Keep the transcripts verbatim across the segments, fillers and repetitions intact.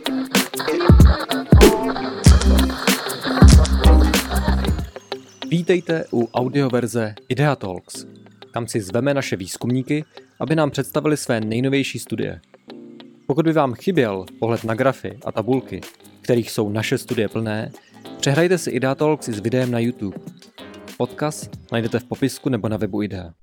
Vítejte u audioverze Idea Talks. Tam si zveme naše výzkumníky, aby nám představili své nejnovější studie. Pokud by vám chyběl pohled na grafy a tabulky, kterých jsou naše studie plné, přehrajte si Idea Talks i s videem na YouTube. Odkaz najdete v popisku nebo na webu Idea.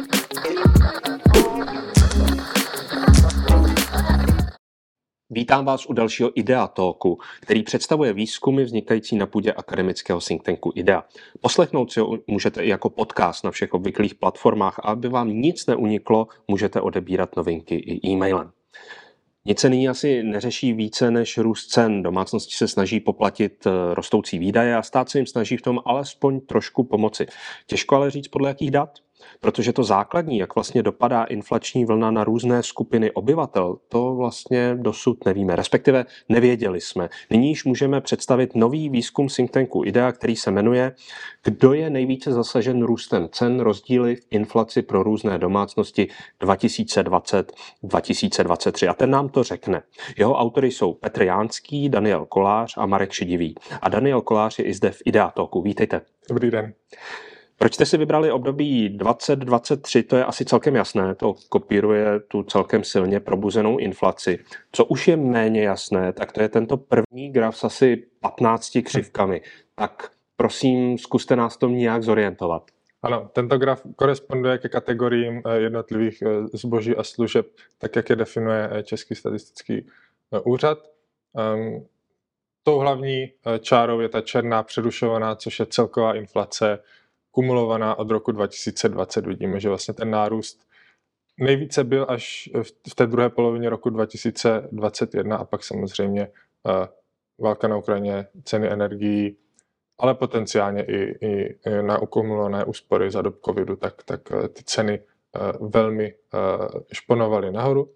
Vítám vás u dalšího Idea Talku, který představuje výzkumy vznikající na půdě akademického think tanku Idea. Poslechnout si ho můžete i jako podcast na všech obvyklých platformách a aby vám nic neuniklo, můžete odebírat novinky i e-mailem. Nic se nyní asi neřeší více než růst cen. Domácnosti se snaží poplatit rostoucí výdaje a stát se jim snaží v tom alespoň trošku pomoci. Těžko ale říct podle jakých dat, protože to základní, jak vlastně dopadá inflační vlna na různé skupiny obyvatel, to vlastně dosud nevíme, respektive nevěděli jsme. Nyní již můžeme představit nový výzkum think tanku Idea, který se jmenuje Kdo je nejvíce zasažen růstem cen, rozdíly v inflaci pro různé domácnosti dva tisíce dvacet až dva tisíce dvacet tři. A ten nám to řekne. Jeho autory jsou Petr Jánský, Daniel Kolář a Marek Šedivý. A Daniel Kolář je i zde v Idea Talku. Vítejte. Dobrý den. Proč jste si vybrali období dvacet dvacet tři, to je asi celkem jasné, to kopíruje tu celkem silně probuzenou inflaci. Co už je méně jasné, tak to je tento první graf s asi patnácti křivkami. Tak prosím, zkuste nás tom nějak zorientovat. Ano, tento graf koresponduje ke kategoriím jednotlivých zboží a služeb, tak jak je definuje Český statistický úřad. Um, tou hlavní čárou je ta černá přerušovaná, což je celková inflace, kumulovaná od roku dva tisíce dvacet. Vidíme, že vlastně ten nárůst nejvíce byl až v té druhé polovině roku dva tisíce dvacet jedna a pak samozřejmě válka na Ukrajině, ceny energií, ale potenciálně i, i na ukumulované úspory za dob covidu, tak, tak ty ceny velmi šponovaly nahoru.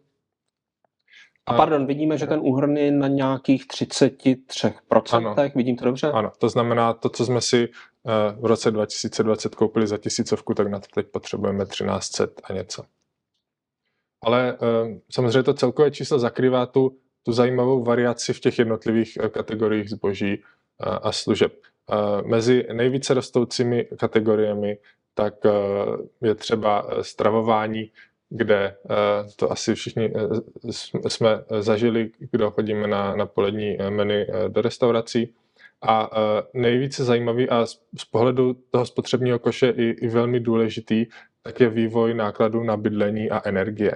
A pardon, vidíme, že ten úhrn je na nějakých třicet tři procent, vidím to dobře? Ano, to znamená, to, co jsme si v roce dva tisíce dvacet koupili za tisícovku, tak na to teď potřebujeme třináct set a něco. Ale samozřejmě to celkové číslo zakrývá tu, tu zajímavou variaci v těch jednotlivých kategoriích zboží a služeb. Mezi nejvíce rostoucími kategoriemi tak je třeba stravování, kde to asi všichni jsme zažili, kdo chodíme na, na polední menu do restaurací. A nejvíce zajímavý a z pohledu toho spotřebního koše i, i velmi důležitý, tak je vývoj nákladů na bydlení a energie.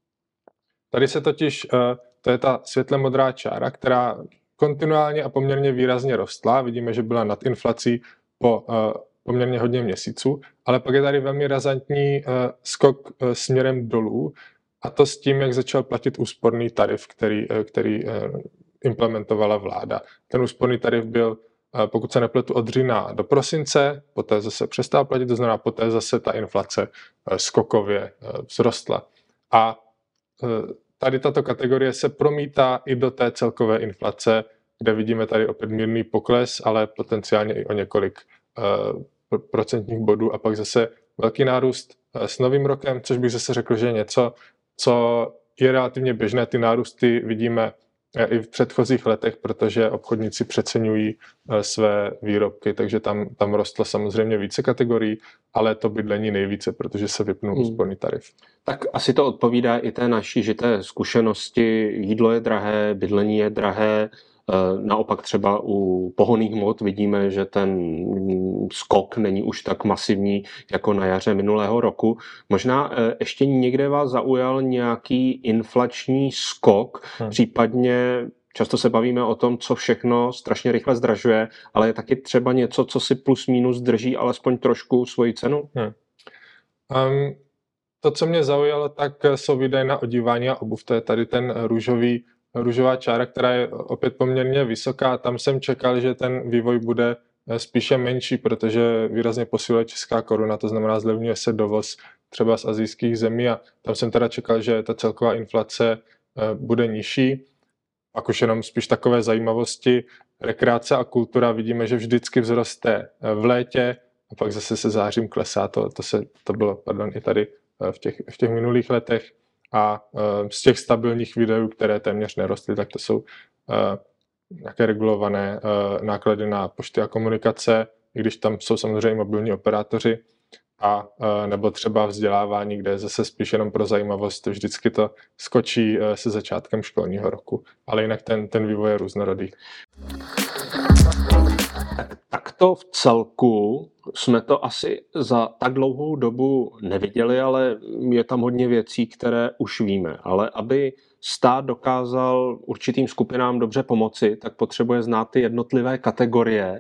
Tady se totiž, to je ta světle modrá čára, která kontinuálně a poměrně výrazně rostla. Vidíme, že byla nad inflací po poměrně hodně měsíců, ale pak je tady velmi razantní skok směrem dolů, a to s tím, jak začal platit úsporný tarif, který, který implementovala vláda. Ten úsporný tarif byl, pokud se nepletu, od října do prosince, poté zase přestal platit, to znamená, poté zase ta inflace skokově vzrostla. A tady tato kategorie se promítá i do té celkové inflace, kde vidíme tady opět mírný pokles, ale potenciálně i o několik procentních bodů a pak zase velký nárůst s novým rokem, což bych zase řekl, že je něco, co je relativně běžné. Ty nárůsty vidíme i v předchozích letech, protože obchodníci přeceňují své výrobky, takže tam, tam rostlo samozřejmě více kategorií, ale to bydlení nejvíce, protože se vypnul hmm. úsporný tarif. Tak asi to odpovídá i té naší žité zkušenosti. Jídlo je drahé, bydlení je drahé. Naopak třeba u pohonných hmot vidíme, že ten skok není už tak masivní jako na jaře minulého roku. Možná ještě někde vás zaujal nějaký inflační skok, hmm. případně často se bavíme o tom, co všechno strašně rychle zdražuje, ale je taky třeba něco, co si plus minus drží alespoň trošku svoji cenu? Hmm. Um, to, co mě zaujalo, tak jsou výdaje na odívání a obuv. To je tady ten růžový růžová čára, která je opět poměrně vysoká. Tam jsem čekal, že ten vývoj bude spíše menší, protože výrazně posiluje česká koruna, to znamená zlevňuje se dovoz třeba z asijských zemí a tam jsem teda čekal, že ta celková inflace bude nižší. Pak už jenom spíš takové zajímavosti. Rekreace a kultura vidíme, že vždycky vzroste v létě a pak zase se zářím klesá. To, to, se, to bylo pardon, i tady v těch, v těch minulých letech. a z těch stabilních výdajů, které téměř nerostly, tak to jsou nějaké regulované náklady na pošty a komunikace, i když tam jsou samozřejmě mobilní operátoři, a nebo třeba vzdělávání, kde je zase spíš jenom pro zajímavost, vždycky to skočí se začátkem školního roku, ale jinak ten, ten vývoj je různorodý. Tak, takto v celku jsme to asi za tak dlouhou dobu neviděli, ale je tam hodně věcí, které už víme. Ale aby stát dokázal určitým skupinám dobře pomoci, tak potřebuje znát ty jednotlivé kategorie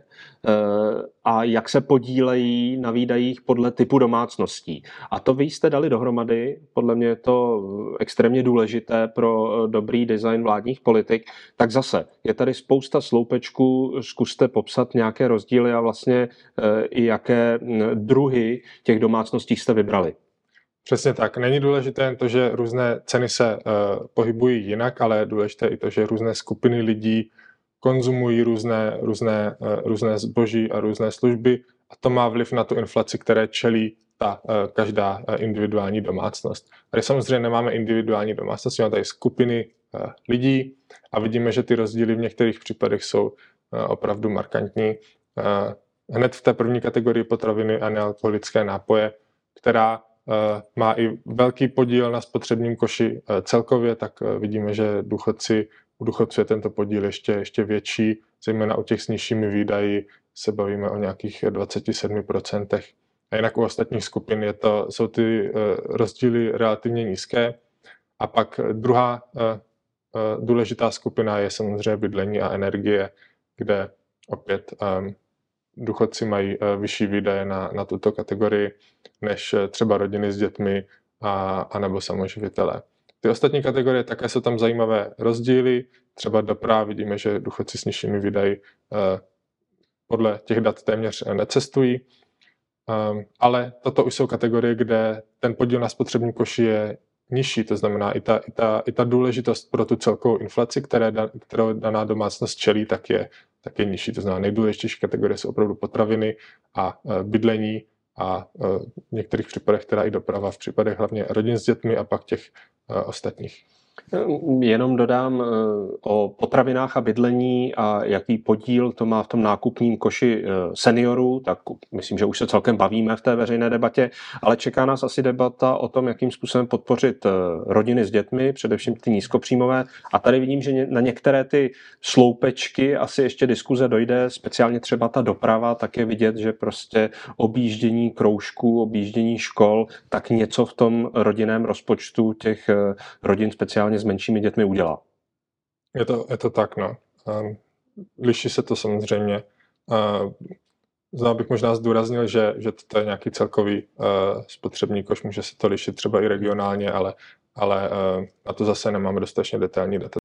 a jak se podílejí na výdajích podle typu domácností. A to vy jste dali dohromady, podle mě je to extrémně důležité pro dobrý design vládních politik. Tak zase, je tady spousta sloupečků, zkuste popsat nějaké rozdíly a vlastně i jaké druhy těch domácností jste vybrali. Přesně tak. Není důležité jen to, že různé ceny se uh, pohybují jinak, ale je důležité i to, že různé skupiny lidí konzumují různé, různé, uh, různé zboží a různé služby a to má vliv na tu inflaci, které čelí ta uh, každá uh, individuální domácnost. Tady samozřejmě nemáme individuální domácnosti, máme tady skupiny uh, lidí a vidíme, že ty rozdíly v některých případech jsou uh, opravdu markantní. Uh, hned v té první kategorii potraviny a nealkoholické nápoje, která má i velký podíl na spotřebním koši celkově, tak vidíme, že důchodci, u důchodců je tento podíl ještě, ještě větší, zejména u těch s nižšími výdaji se bavíme o nějakých dvacet sedm procent. A jinak u ostatních skupin je to, jsou ty rozdíly relativně nízké. A pak druhá důležitá skupina je samozřejmě bydlení a energie, kde opět důchodci mají vyšší výdaje na, na tuto kategorii než třeba rodiny s dětmi a, a nebo samoživitelé. Ty ostatní kategorie, také jsou tam zajímavé rozdíly. Třeba doprava vidíme, že důchodci s nižšími výdaji eh, podle těch dat téměř necestují. Um, ale toto už jsou kategorie, kde ten podíl na spotřebním koši je nižší, to znamená i ta, i ta, i ta důležitost pro tu celkovou inflaci, které, kterou daná domácnost čelí, tak je, tak je nižší. To znamená, nejdůležitější kategorie jsou opravdu potraviny a e, bydlení a e, v některých případech teda i doprava, v případech hlavně rodin s dětmi a pak těch e, ostatních. Jenom dodám o potravinách a bydlení a jaký podíl to má v tom nákupním koši seniorů, tak myslím, že už se celkem bavíme v té veřejné debatě, ale čeká nás asi debata o tom, jakým způsobem podpořit rodiny s dětmi, především ty nízkopříjmové. A tady vidím, že na některé ty sloupečky asi ještě diskuze dojde, speciálně třeba ta doprava, tak je vidět, že prostě objíždění kroužků, objíždění škol, tak něco v tom rodinném rozpočtu těch rodin speciálně s menšími dětmi udělá. Je to, je to tak, no. Um, liší se to samozřejmě. Uh, Znal bych možná zdůraznil, že, že to je nějaký celkový uh, spotřební koš, může se to lišit třeba i regionálně, ale, ale uh, na to zase nemáme dostatečně detailní data.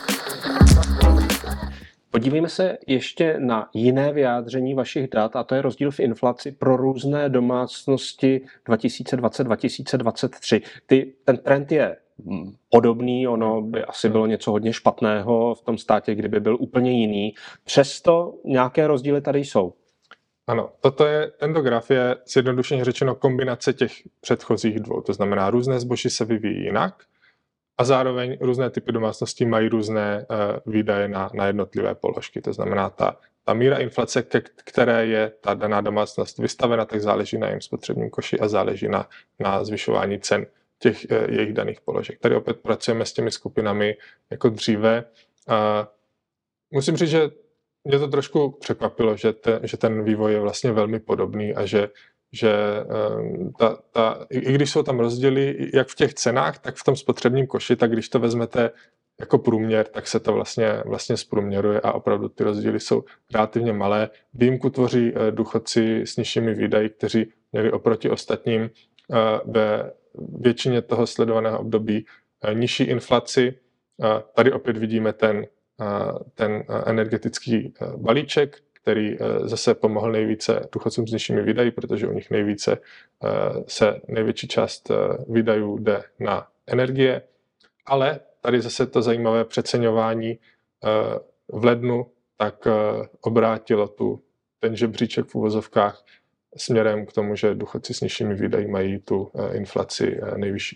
Podívejme se ještě na jiné vyjádření vašich dat, a to je rozdíl v inflaci pro různé domácnosti dva tisíce dvacet až dva tisíce dvacet tři. Ty, ten trend je podobný, ono by asi bylo něco hodně špatného v tom státě, kdyby byl úplně jiný. Přesto nějaké rozdíly tady jsou. Ano, toto je, tento graf je zjednodušeně řečeno kombinace těch předchozích dvou. To znamená, různé zboží se vyvíjí jinak a zároveň různé typy domácností mají různé uh, výdaje na, na jednotlivé položky. To znamená, ta, ta míra inflace, ke které je ta daná domácnost vystavena, tak záleží na jejím spotřebním koši a záleží na, na zvyšování cen těch uh, jejich daných položek. Tady opět pracujeme s těmi skupinami jako dříve. Uh, musím říct, že mě to trošku překvapilo, že, te, že ten vývoj je vlastně velmi podobný a že, že um, ta, ta, i, i když jsou tam rozdíly jak v těch cenách, tak v tom spotřebním koši, tak když to vezmete jako průměr, tak se to vlastně, vlastně zprůměruje a opravdu ty rozdíly jsou relativně malé. Výjimku tvoří uh, důchodci s nižšími výdaji, kteří měli oproti ostatním uh, ve většině toho sledovaného období uh, nižší inflaci. Uh, tady opět vidíme ten ten energetický balíček, který zase pomohl nejvíce důchodcům s nižšími výdaji, protože u nich nejvíce se největší část výdajů jde na energie, ale tady zase to zajímavé přeceňování v lednu tak obrátilo tu, ten žebříček v uvozovkách směrem k tomu, že důchodci s nižšími výdaji mají tu inflaci nejvyšší.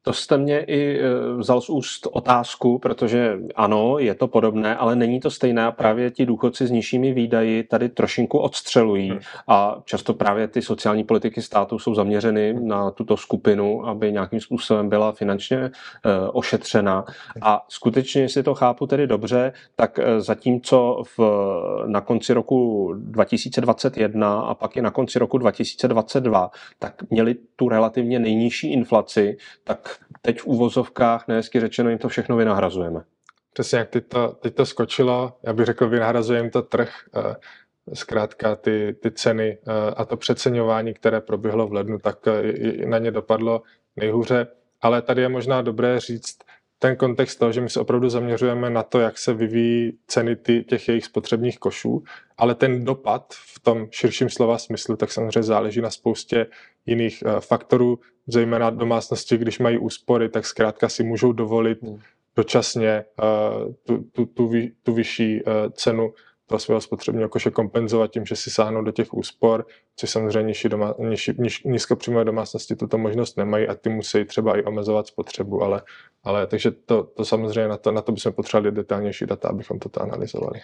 To jste mě i vzal z úst otázku, protože ano, je to podobné, ale není to stejné a právě ti důchodci s nižšími výdaji tady trošinku odstřelují hmm. a často právě ty sociální politiky státu jsou zaměřeny na tuto skupinu, aby nějakým způsobem byla finančně uh, ošetřena. A skutečně, jestli to chápu tedy dobře, tak zatímco v, na konci roku dva tisíce dvacet jedna a pak i na konci roku dva tisíce dvacet dva, tak měli tu relativně nejnižší inflaci, tak teď v úvozovkách, nehezky řečeno, jim to všechno vynahrazujeme. Přesně, jak teď to, teď to skočilo, já bych řekl, vynahrazuje jim to trh, zkrátka ty, ty ceny a to přeceňování, které proběhlo v lednu, tak na ně dopadlo nejhůře, ale tady je možná dobré říct ten kontext toho, že my se opravdu zaměřujeme na to, jak se vyvíjí ceny ty, těch jejich spotřebních košů, ale ten dopad v tom širším slova smyslu, tak samozřejmě záleží na spoustě jiných uh, faktorů, zejména domácnosti, když mají úspory, tak zkrátka si můžou dovolit hmm. dočasně uh, tu, tu, tu, tu vyšší uh, cenu toho svého spotřebního koše kompenzovat tím, že si sáhnou do těch úspor, což samozřejmě nižší doma, nižší, niž, nízkopříjmové domácnosti tuto možnost nemají a ty musí třeba i omezovat spotřebu, ale, ale takže to, to samozřejmě na to, na to bychom potřebovali detailnější data, abychom toto analyzovali.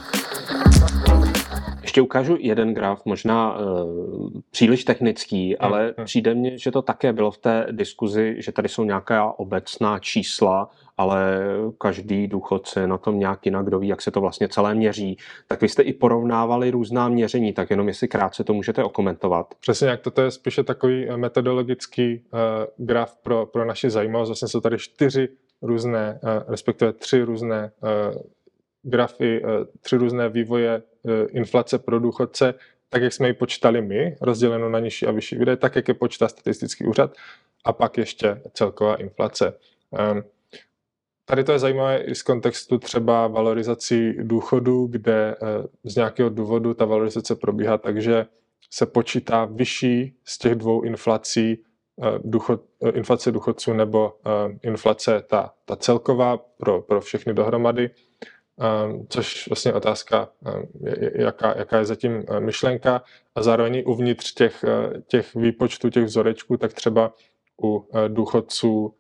Ještě ukážu jeden graf, možná uh, příliš technický, hmm. ale hmm. přijde mně, že to také bylo v té diskuzi, že tady jsou nějaká obecná čísla, ale každý důchodce na tom nějak jinak, kdo ví, jak se to vlastně celé měří. Tak vy jste i porovnávali různá měření, tak jenom jestli krátce to můžete okomentovat. Přesně, jak toto je spíše takový metodologický uh, graf pro, pro naši zajímavost. Vlastně jsou tady čtyři různé, uh, respektive tři různé uh, grafy, uh, tři různé vývoje uh, inflace pro důchodce, tak jak jsme ji počítali my, rozdělenou na nižší a vyšší výdaje, tak jak je počítá statistický úřad a pak ještě celková inflace. Um, Tady to je zajímavé i z kontextu třeba valorizací důchodů, kde z nějakého důvodu ta valorizace probíhá tak, že se počítá vyšší z těch dvou inflací, důchod, inflace důchodců nebo inflace ta, ta celková pro, pro všechny dohromady, což vlastně otázka, jaká, jaká je zatím myšlenka a zároveň uvnitř těch, těch výpočtů, těch vzorečků, tak třeba u důchodců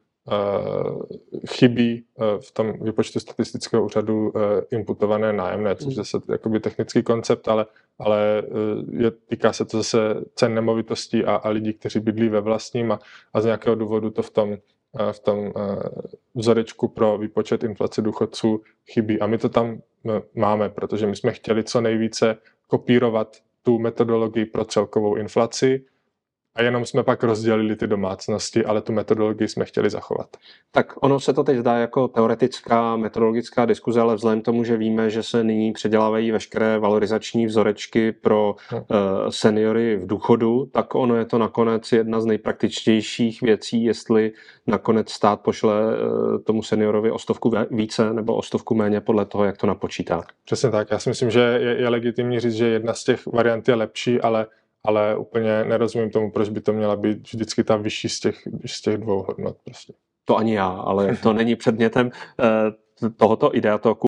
chybí v tom výpočtu statistického úřadu imputované nájemné, což je zase jakoby technický koncept, ale, ale je, týká se to zase cen nemovitostí a, a lidí, kteří bydlí ve vlastním a, a z nějakého důvodu to v tom, v tom vzorečku pro výpočet inflace důchodců chybí. A my to tam máme, protože my jsme chtěli co nejvíce kopírovat tu metodologii pro celkovou inflaci, a jenom jsme pak rozdělili ty domácnosti, ale tu metodologii jsme chtěli zachovat. Tak ono se to teď zdá jako teoretická metodologická diskuze, ale vzhledem tomu, že víme, že se nyní předělávají veškeré valorizační vzorečky pro hmm. uh, seniory v důchodu, tak ono je to nakonec jedna z nejpraktičtějších věcí, jestli nakonec stát pošle uh, tomu seniorovi o stovku více nebo o stovku méně podle toho, jak to napočítá. Přesně tak. Já si myslím, že je, je legitimní říct, že jedna z těch variant je lepší, ale ale úplně nerozumím tomu, proč by to měla být vždycky ta vyšší z těch, z těch dvou hodnot. Prostě. To ani já, ale to není předmětem uh, tohoto ideatoku.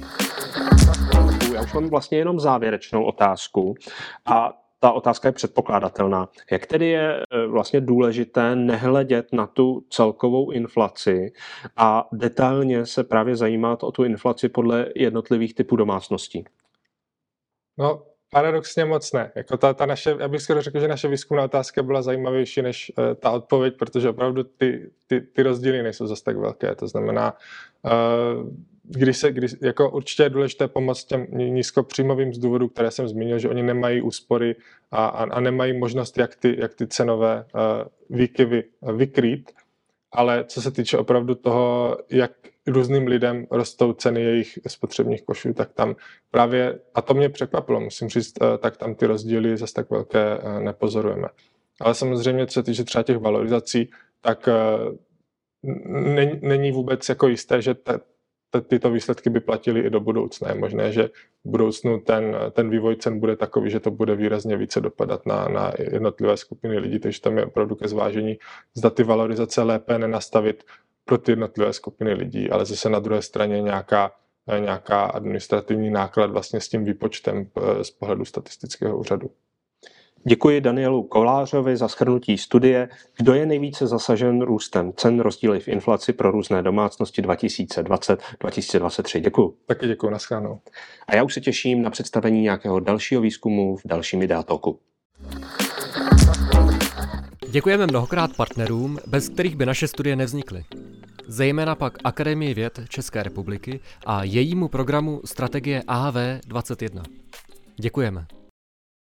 Já už mám vlastně jenom závěrečnou otázku a ta otázka je předpokládatelná. Jak tedy je vlastně důležité nehledět na tu celkovou inflaci a detailně se právě zajímat o tu inflaci podle jednotlivých typů domácností? No, paradoxně moc ne. Jako ta, ta naše, já bych skoro řekl, že naše výzkumná otázka byla zajímavější než uh, ta odpověď, protože opravdu ty, ty, ty rozdíly nejsou zase tak velké. To znamená, uh, když se, když, jako určitě je důležité pomoct těm nízkopříjmovým z důvodu, které jsem zmínil, že oni nemají úspory a, a, a nemají možnost, jak ty, jak ty cenové uh, výkyvy vykrýt. Ale co se týče opravdu toho, jak různým lidem rostou ceny jejich spotřebních košů, tak tam právě, a to mě překvapilo, musím říct, tak tam ty rozdíly zase tak velké nepozorujeme. Ale samozřejmě, co se týče třeba těch valorizací, tak není, není vůbec jako jisté, že ta, ta, tyto výsledky by platily i do budoucna. Je možné, že v budoucnu ten, ten vývoj cen bude takový, že to bude výrazně více dopadat na, na jednotlivé skupiny lidí, takže tam je opravdu ke zvážení, zda ty valorizace lépe nenastavit pro ty jednotlivé skupiny lidí, ale zase na druhé straně nějaká, nějaká administrativní náklad vlastně s tím výpočtem z pohledu statistického úřadu. Děkuji Danielu Kolářovi za shrnutí studie Kdo je nejvíce zasažen růstem cen, rozdíly v inflaci pro různé domácnosti dva tisíce dvacet až dva tisíce dvacet tři. Děkuji. Taky děkuji, naschledanou. A já už se těším na představení nějakého dalšího výzkumu v dalším Idea Talku. Děkujeme mnohokrát partnerům, bez kterých by naše studie nevznikly. Zejména pak Akademii věd České republiky a jejímu programu Strategie A H V dvacet jedna. Děkujeme.